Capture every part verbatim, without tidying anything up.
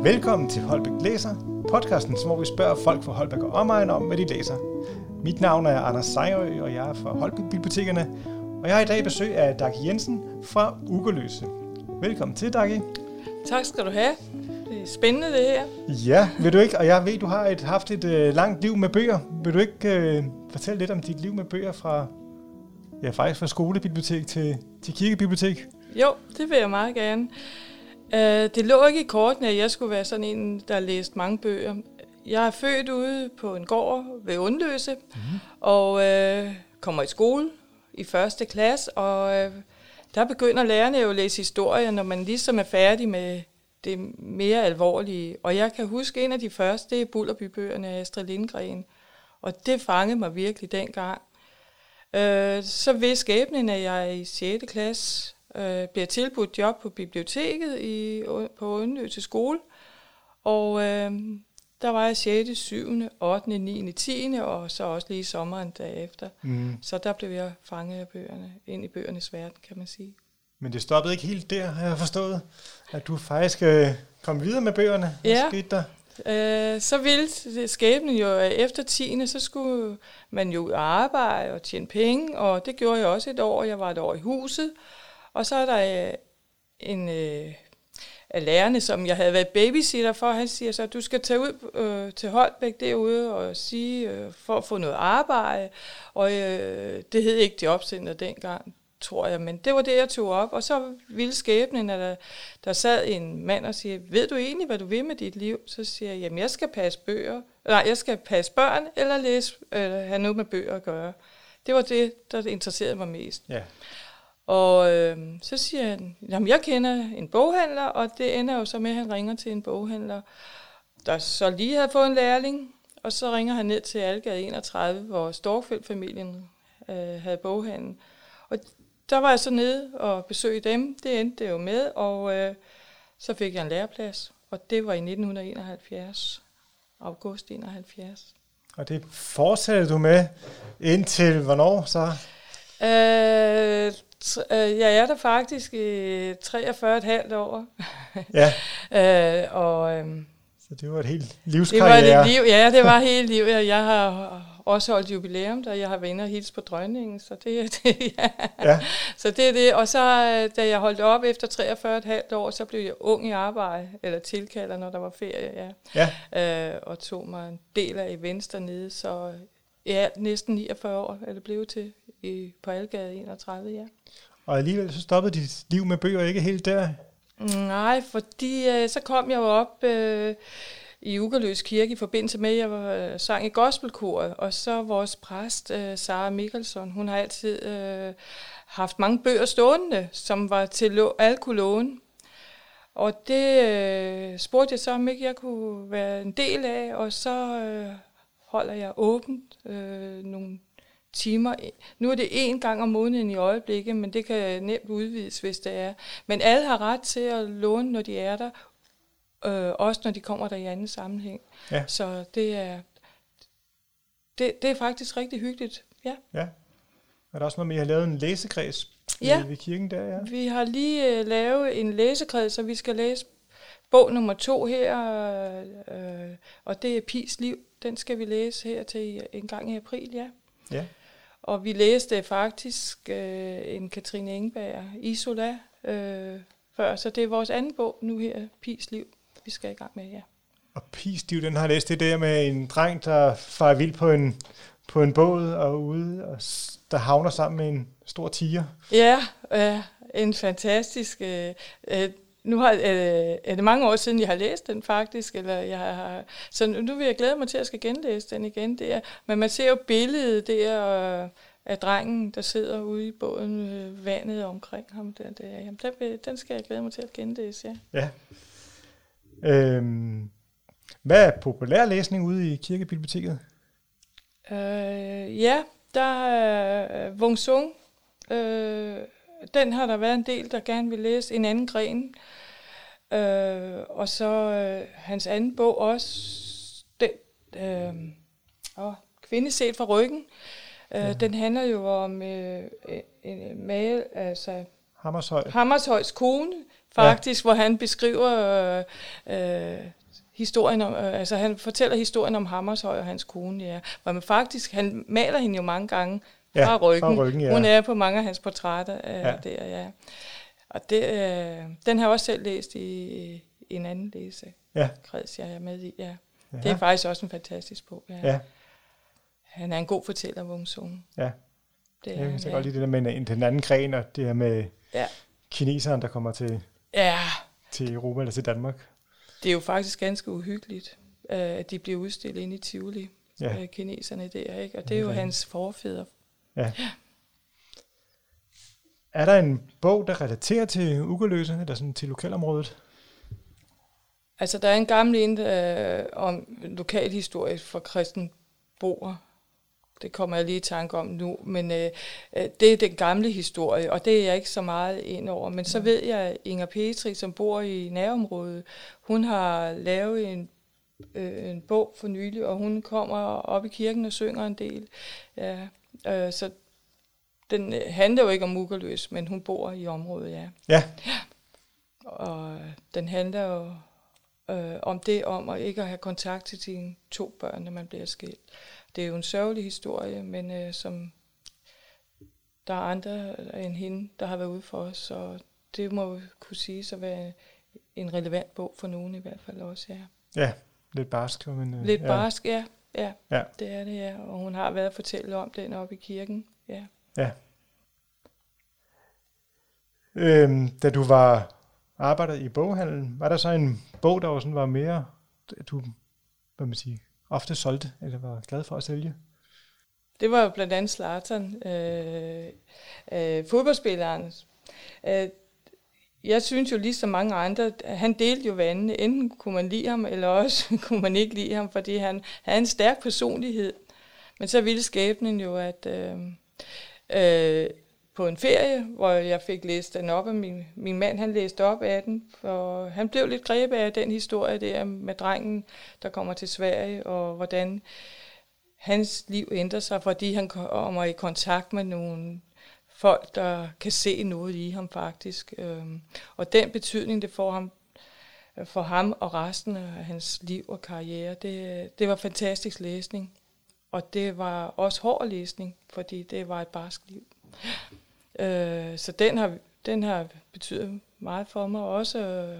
Velkommen til Holbæk Læser, podcasten, hvor vi spørger folk fra Holbæk og omegn om, hvad de læser. Mit navn er Anders Sejrø, og jeg er fra Holbæk Bibliotekerne, og jeg har i dag besøg af Daggy Jensen fra Ugerløse. Velkommen til, Daggy. Tak skal du have. Det er spændende, det her. Ja, vil du ikke? Og jeg ved, du har et, haft et øh, langt liv med bøger. Vil du ikke øh, fortælle lidt om dit liv med bøger fra, ja, faktisk fra skolebibliotek til, til kirkebibliotek? Jo, det vil jeg meget gerne. Uh, det lå ikke i kortene, at jeg skulle være sådan en, der læste mange bøger. Jeg er født ude på en gård ved Undløse, mm-hmm. og uh, kommer i skole i første klasse, og uh, der begynder lærerne jo at læse historie, når man ligesom er færdig med det mere alvorlige. Og jeg kan huske, en af de første, det er Bulderby-bøgerne af Astrid Lindgren, og det fangede mig virkelig dengang. Uh, så ved skæbnen, at jeg i sjette klasse øh, bliver tilbudt job på biblioteket i, på Undløse skole, og øh, der var jeg sjette, syvende, ottende, niende, tiende og så også lige sommeren derefter. Mm. Så der blev jeg fanget af bøgerne, ind i bøgernes verden, kan man sige. Men det stoppede ikke helt der, har jeg forstået, at du faktisk øh, kom videre med bøgerne. Ja. Hvad skete der? Øh, så ville skæbnen jo, efter tiende, så skulle man jo arbejde og tjene penge, og det gjorde jeg også et år. Jeg var et år i huset, og så er der øh, en øh, af lærerne, som jeg havde været babysitter for, han siger så, at du skal tage ud øh, til Holbæk derude og sige, øh, for at få noget arbejde, og øh, det hed ikke Jobcenter dengang, tror jeg, men det var det, jeg tog op, og så ville skæbnen, at der, der sad en mand og siger, ved du egentlig, hvad du vil med dit liv? Så siger jeg, jamen jeg skal passe bøger, nej, jeg skal passe børn, eller læse, eller have noget med bøger at gøre. Det var det, der interesserede mig mest. Ja. Og øh, så siger han, jamen jeg kender en boghandler, og det ender jo så med, at han ringer til en boghandler, der så lige havde fået en lærling, og så ringer han ned til Algade enogtredive, hvor Storkfeldt-familien øh, havde boghandlen. Og der var jeg så nede og besøgte dem, det endte det jo med, og øh, så fik jeg en læreplads, og det var i nitten enoghalvfjerds, august enoghalvfjerds. Og det fortsatte du med indtil hvornår så? Øh, t- øh, jeg er der faktisk i treogfyrre komma fem år. Ja. øh, og, øh, så det var et helt livskarriere. Det var et liv, ja, det var helt liv. Jeg har også holdt jubilæum, der jeg har været inde og hilse på dronningen, så det er det, ja. Ja. Så det er det. Og så, da jeg holdt op efter treogfyrre komma fem år, så blev jeg ung i arbejde, eller tilkalder, når der var ferie, ja. Ja. Øh, og tog mig en del af events dernede, så ja, næsten niogfyrre år er det blevet til i, på Algade enogtredive, ja. Og alligevel så stoppede dit liv med bøger ikke helt der? Nej, fordi øh, så kom jeg jo op øh, i Ugerløse Kirke i forbindelse med, at jeg var, øh, sang i gospelkoret, og så vores præst, øh, Sara Mikkelsen, hun har altid øh, haft mange bøger stående, som var til lo- alle kunne låne. Og det øh, spurgte jeg så, om ikke jeg kunne være en del af, og så øh, holder jeg åbent øh, nogle timer. Nu er det én gang om måneden i øjeblikket, men det kan nemt udvides, hvis det er. Men alle har ret til at låne, når de er der, øh, også når de kommer der i anden sammenhæng. Ja. Så det er, det, det er faktisk rigtig hyggeligt. Ja. Ja. Er der også noget med, at I har lavet en læsekreds ja. ved kirken der? Ja, vi har lige uh, lavet en læsekreds, så vi skal læse bog nummer to her, øh, og det er Pi's Liv. Den skal vi læse her til en gang i april, ja. Ja. Og vi læste faktisk øh, en Katrine Engberg, Isola, øh, før, så det er vores anden bog nu her, Pi's Liv, vi skal i gang med, ja. Og Pi's Liv, den har læst det der med en dreng, der farer vild på en, på en båd og ude, og der havner sammen med en stor tiger. Ja, øh, en fantastisk... Øh, øh, Nu har, øh, er det mange år siden, jeg har læst den faktisk, eller jeg har, så nu vil jeg glæde mig til, at jeg skal genlæse den igen. Der. Men man ser jo billedet der øh, af drengen, der sidder ude i båden, øh, vandet omkring ham. Der, der. Jamen, den, den skal jeg glæde mig til at genlæse, ja. Ja. Øhm, hvad er populær læsning ude i kirkebiblioteket? Øh, ja, der er øh, Wung Sung. Øh, Den har der været en del, der gerne vil læse. En anden gren. Øh, og så øh, hans anden bog også. Den, øh, åh, Kvinde set fra ryggen. Øh, ja. Den handler jo om øh, en mal, altså Hammershøi. Hammershøis kone, faktisk, ja. Hvor han beskriver øh, øh, historien om, øh, altså han fortæller historien om Hammershøi og hans kone, ja. Hvor man faktisk, han maler hende jo mange gange fra ja, ryggen. Fra ryggen ja. Hun er på mange af hans portrætter øh, ja. der, ja. Og det, øh, den har jeg også selv læst i, i en anden læsekreds, ja. jeg er med i, ja. Ja. Det er faktisk også en fantastisk bog, ja. ja. Han er en god fortæller, Wung-Sung. Ja. Det er, jeg kan så ja. godt lide det der med den anden gren, og det her med ja. kineseren, der kommer til, ja. til Europa eller til Danmark. Det er jo faktisk ganske uhyggeligt, at de bliver udstillet inde i Tivoli, ja. kineserne der, ikke? Og det er jo ja. hans forfædre. Ja. Er der en bog, der relaterer til Ugerløse, eller sådan til lokalområdet? Altså, der er en gammel en øh, om lokalhistorie fra Christen Boer. Det kommer jeg lige i tanke om nu, men øh, det er den gamle historie, og det er jeg ikke så meget ind over. Men så ved jeg, at Inger Petri, som bor i nærområdet, hun har lavet en, øh, en bog for nylig, og hun kommer op i kirken og synger en del. Ja, øh, så den handler jo ikke om Ugerløs, men hun bor i området, ja. Ja. Og den handler jo øh, om det, om at ikke at have kontakt til sine to børn, når man bliver skilt. Det er jo en sørgelig historie, men øh, som der er andre end hende, der har været ude for os, så det må vi kunne sige at være en relevant bog for nogen i hvert fald også, ja. Ja, lidt barsk. Men, øh, lidt ja. barsk, ja. ja. Ja, det er det, ja. Og hun har været at fortælle om den oppe i kirken, ja. Ja. Øhm, da du var arbejdet i boghandlen, var der så en bog, der var, sådan, var mere, du, hvad man siger, ofte solgte, eller var glad for at sælge? Det var jo blandt andet Zlatan, øh, øh, fodboldspilleren. Øh, jeg synes jo ligesom mange andre, han delte jo vandene. Enten kunne man lide ham, eller også kunne man ikke lide ham, fordi han havde en stærk personlighed. Men så ville skæbnen jo, at øh, øh, på en ferie, hvor jeg fik læst den op af min, min mand, han læste op af den, for han blev lidt grebet af den historie der med drengen, der kommer til Sverige, og hvordan hans liv ændrer sig, fordi han kommer i kontakt med nogle folk, der kan se noget i ham faktisk. Og den betydning, det får ham, for ham og resten af hans liv og karriere, det, det var fantastisk læsning. Og det var også hård læsning, fordi det var et barsk liv. Øh, så den har, den har betydet meget for mig. Også øh,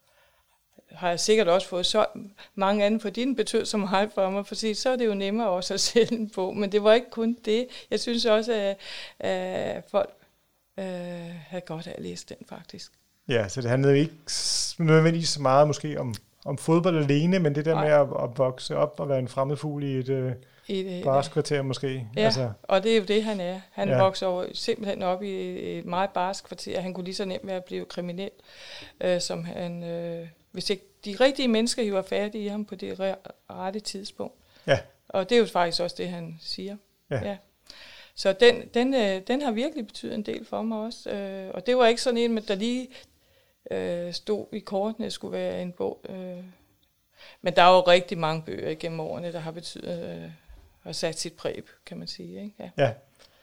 har jeg sikkert også fået så mange andre, fordi den betød så meget for mig. For så er det jo nemmere også at sælge en bog. Men det var ikke kun det. Jeg synes også, at, at folk øh, havde godt af at læse den faktisk. Ja, så det handlede ikke nødvendigvis så meget måske om, om fodbold alene, men det der Nej. med at, at vokse op og være en fremmed fugl i et... Øh I et barskkvarter måske. Ja, altså. Og det er jo det, han er. Han ja. vokser over, simpelthen op i et meget barskkvarter. Han kunne lige så nemt være blevet kriminel, øh, som han, øh, hvis ikke de rigtige mennesker hiver fat i ham på det rette tidspunkt. Ja. Og det er jo faktisk også det, han siger. Ja. Ja. Så den, den, øh, den har virkelig betydet en del for mig også. Øh, og det var ikke sådan en, der lige øh, stod i kortene, at skulle være en bog. Øh. Men der er jo rigtig mange bøger igennem årene, der har betydet... Øh, og sat sit præg, kan man sige. Ikke? Ja. ja.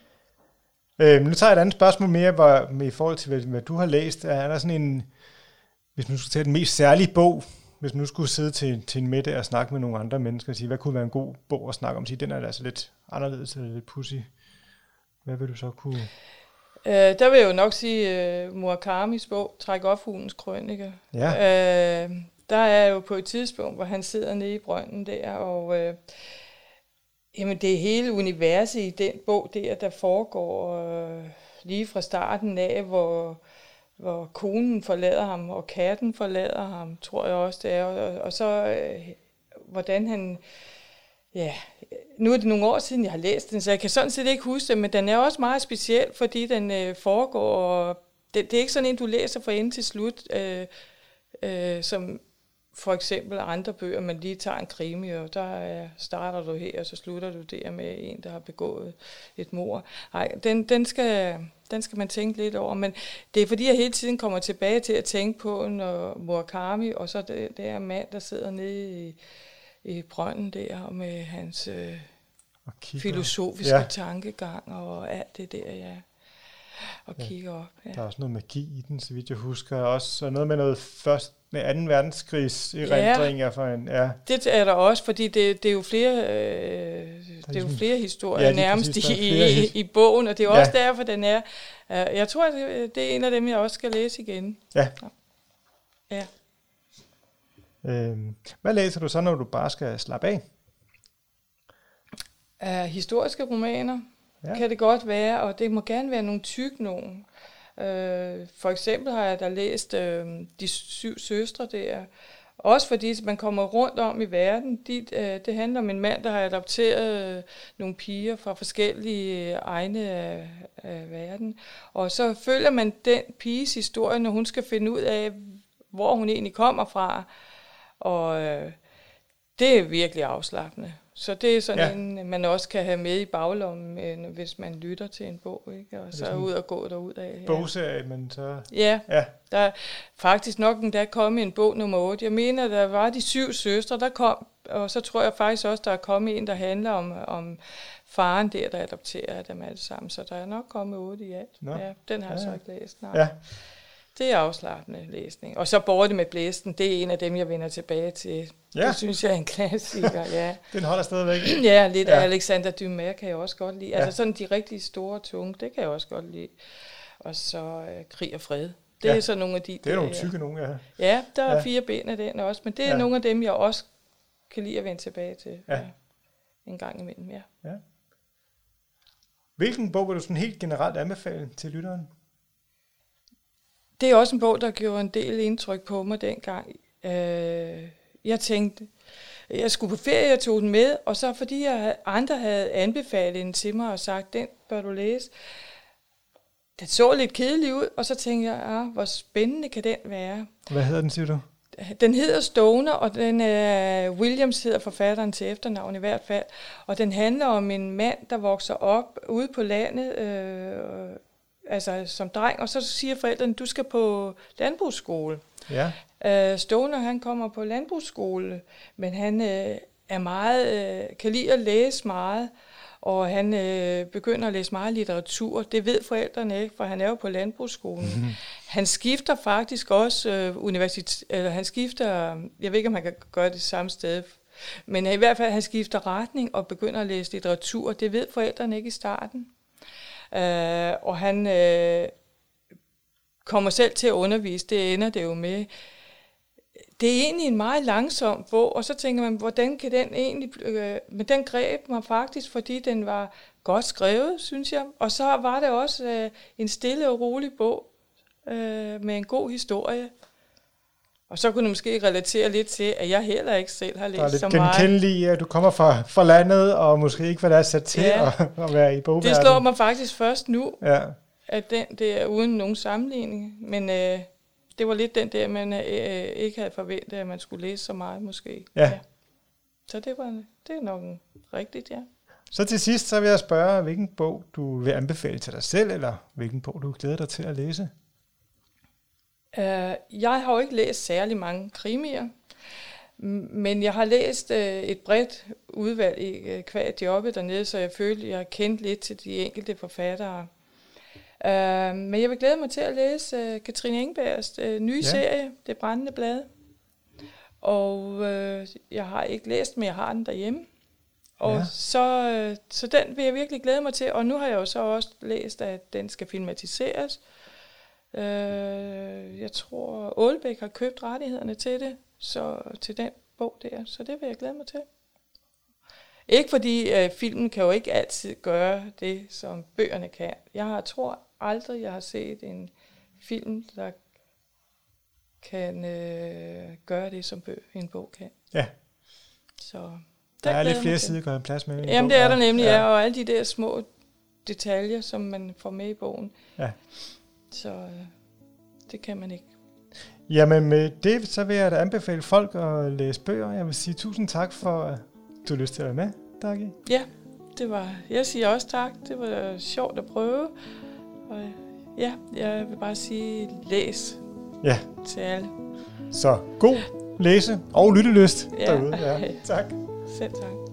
Øh, nu tager jeg et andet spørgsmål mere, hvor, med i forhold til, hvad, hvad du har læst. Er der sådan en, hvis man skulle tage den mest særlige bog, hvis man nu skulle sidde til, til en middag og snakke med nogle andre mennesker og sige, hvad kunne være en god bog at snakke om? Sige, den er altså lidt anderledes eller lidt pussy. Hvad vil du så kunne... Øh, der vil jeg jo nok sige uh, Murakamis bog, Træk op fuglens krønike. Ja. Øh, der er jo på et tidspunkt, hvor han sidder nede i brønden der, og... Øh, Jamen, det er hele universet i den bog der, der foregår øh, lige fra starten af, hvor, hvor konen forlader ham, og katten forlader ham, tror jeg også det er. Og, og så, øh, hvordan han... Ja, nu er det nogle år siden, jeg har læst den, så jeg kan sådan set ikke huske det, men den er også meget speciel, fordi den øh, foregår... Og det, det er ikke sådan en, du læser fra ende til slut, øh, øh, som... For eksempel andre bøger, man lige tager en krimi, og der starter du her, og så slutter du der med en, der har begået et mord. Nej, den, den, skal, den skal man tænke lidt over, men det er fordi, jeg hele tiden kommer tilbage til at tænke på, når Murakami, og så det der mand, der sidder nede i, i brønden der, med hans øh, filosofiske ja. tankegang, og alt det der, ja. og ja. kigger op. Ja. Der er også noget magi i den, så vidt jeg husker. Også noget med noget først, med anden verdenskrigs erindringer. Ja. For en, ja. Det er der også, fordi det, det er jo flere, øh, det er jo flere historier ja, nærmest præcis, i, i, i bogen, og det er jo ja. også derfor, den er. Uh, jeg tror, det, det er en af dem, jeg også skal læse igen. Ja. Ja. Øhm, hvad læser du så, når du bare skal slappe af? Uh, historiske romaner ja. kan det godt være, og det må gerne være nogle tyk nogen. Uh, for eksempel har jeg da læst uh, De syv søstre der, også fordi man kommer rundt om i verden. De, uh, det handler om en mand, der har adopteret uh, nogle piger fra forskellige egne af, af verden. Og så følger man den piges historie, når hun skal finde ud af, hvor hun egentlig kommer fra. Og uh, det er virkelig afslappende. Så det er sådan ja. en, man også kan have med i baglommen, hvis man lytter til en bog, ikke? Og så ud og gå derud af. Ja. Bogserie, men så... Ja, ja, der er faktisk nok en der kom en bog nummer otte. Jeg mener, der var De syv søstre, der kom, og så tror jeg faktisk også, der er kommet en, der handler om, om faren der, der adopterer dem alle sammen. Så der er nok kommet otte i alt. Nå. Ja, den har jeg ja. så ikke læst. Nej. Ja. Det er afslappende læsning. Og så Borte med blæsten, det er en af dem, jeg vender tilbage til. Ja. Det synes jeg er en klassiker, ja. Den holder stadigvæk. Ja, lidt ja. af Alexander Dumas kan jeg også godt lide. Ja. Altså sådan de rigtig store tunge, det kan jeg også godt lide. Og så uh, Krig og Fred. Det ja. er så nogle af de... Det er der, nogle tykke nogle, ja. Ja, der er ja. fire ben af den også, men det er ja. nogle af dem, jeg også kan lide at vende tilbage til. Ja. Ja. En gang imellem, ja. ja. Hvilken bog vil du sådan helt generelt anbefale til lytteren? Det er også en bog, der gjorde en del indtryk på mig dengang. Øh, jeg tænkte, jeg skulle på ferie, jeg tog den med, og så fordi jeg, andre havde anbefalet den til mig og sagt, den bør du læse. Den så lidt kedelig ud, og så tænkte jeg, ah, hvor spændende kan den være. Hvad hedder den, siger du? Den hedder Stoner, og den er, Williams hedder forfatteren til efternavn i hvert fald, og den handler om en mand, der vokser op ude på landet, øh, altså som dreng, og så siger forældrene, du skal på landbrugsskole. Ja. Uh, Stoner, han kommer på landbrugsskole, men han uh, er meget, uh, kan lide at læse meget, og han uh, begynder at læse meget litteratur. Det ved forældrene ikke, for han er jo på landbrugsskolen. Mm-hmm. Han skifter faktisk også uh, universitet, eller han skifter, jeg ved ikke, om han kan gøre det samme sted, men i hvert fald, han skifter retning og begynder at læse litteratur. Det ved forældrene ikke i starten. Uh, og han uh, kommer selv til at undervise, det ender det jo med. Det er egentlig en meget langsom bog, og så tænker man, hvordan kan den egentlig, øh, men den greb mig faktisk, fordi den var godt skrevet, synes jeg, og så var det også øh, en stille og rolig bog øh, med en god historie. Og så kunne du måske relatere lidt til, at jeg heller ikke selv har læst så meget. Der er lidt genkendeligt, at du kommer fra, fra landet, og måske ikke, hvad der er sat til ja. at, at være i bogverdenen. Det slår mig faktisk først nu, ja. at den, det er uden nogen sammenligning, men øh, det var lidt den der, man øh, ikke havde forventet, at man skulle læse så meget måske. Ja. ja. Så det var det er nok rigtigt, ja. Så til sidst, så vil jeg spørge, hvilken bog du vil anbefale til dig selv, eller hvilken bog du glæder dig til at læse? Uh, jeg har jo ikke læst særlig mange krimier, men jeg har læst uh, et bredt udvalg i uh, kvad jobbet dernede, så jeg følte, at jeg kendte lidt til de enkelte forfattere. Uh, men jeg vil glæde mig til at læse uh, Katrine Engbergs uh, nye ja. serie, Det brændende blad. Og uh, jeg har ikke læst, men jeg har den derhjemme. Og ja. så, uh, så den vil jeg virkelig glæde mig til. Og nu har jeg jo så også læst, at den skal filmatiseres. Uh, jeg tror, Aalbæk har købt rettighederne til det, så til den bog der. Så det vil jeg glæde mig til. Ikke fordi uh, filmen kan jo ikke altid gøre det, som bøgerne kan. Jeg har, tror aldrig, jeg har set en film, der kan øh, gøre det, som bøg, en bog kan. Ja. Så der er lidt flere sider, gør en plads med. Jamen, det er der nemlig, ja. ja. Og alle de der små detaljer, som man får med i bogen. Ja. Så øh, det kan man ikke. Jamen med det, så vil jeg da anbefale folk at læse bøger. Jeg vil sige tusind tak for, at du har lyst til at være med, Daggy. Ja, det var, jeg siger også tak. Det var sjovt at prøve. Og ja, jeg vil bare sige, læs ja. til alle. Så god læse- og lyttelyst ja. derude. Ja. Tak. Selv tak.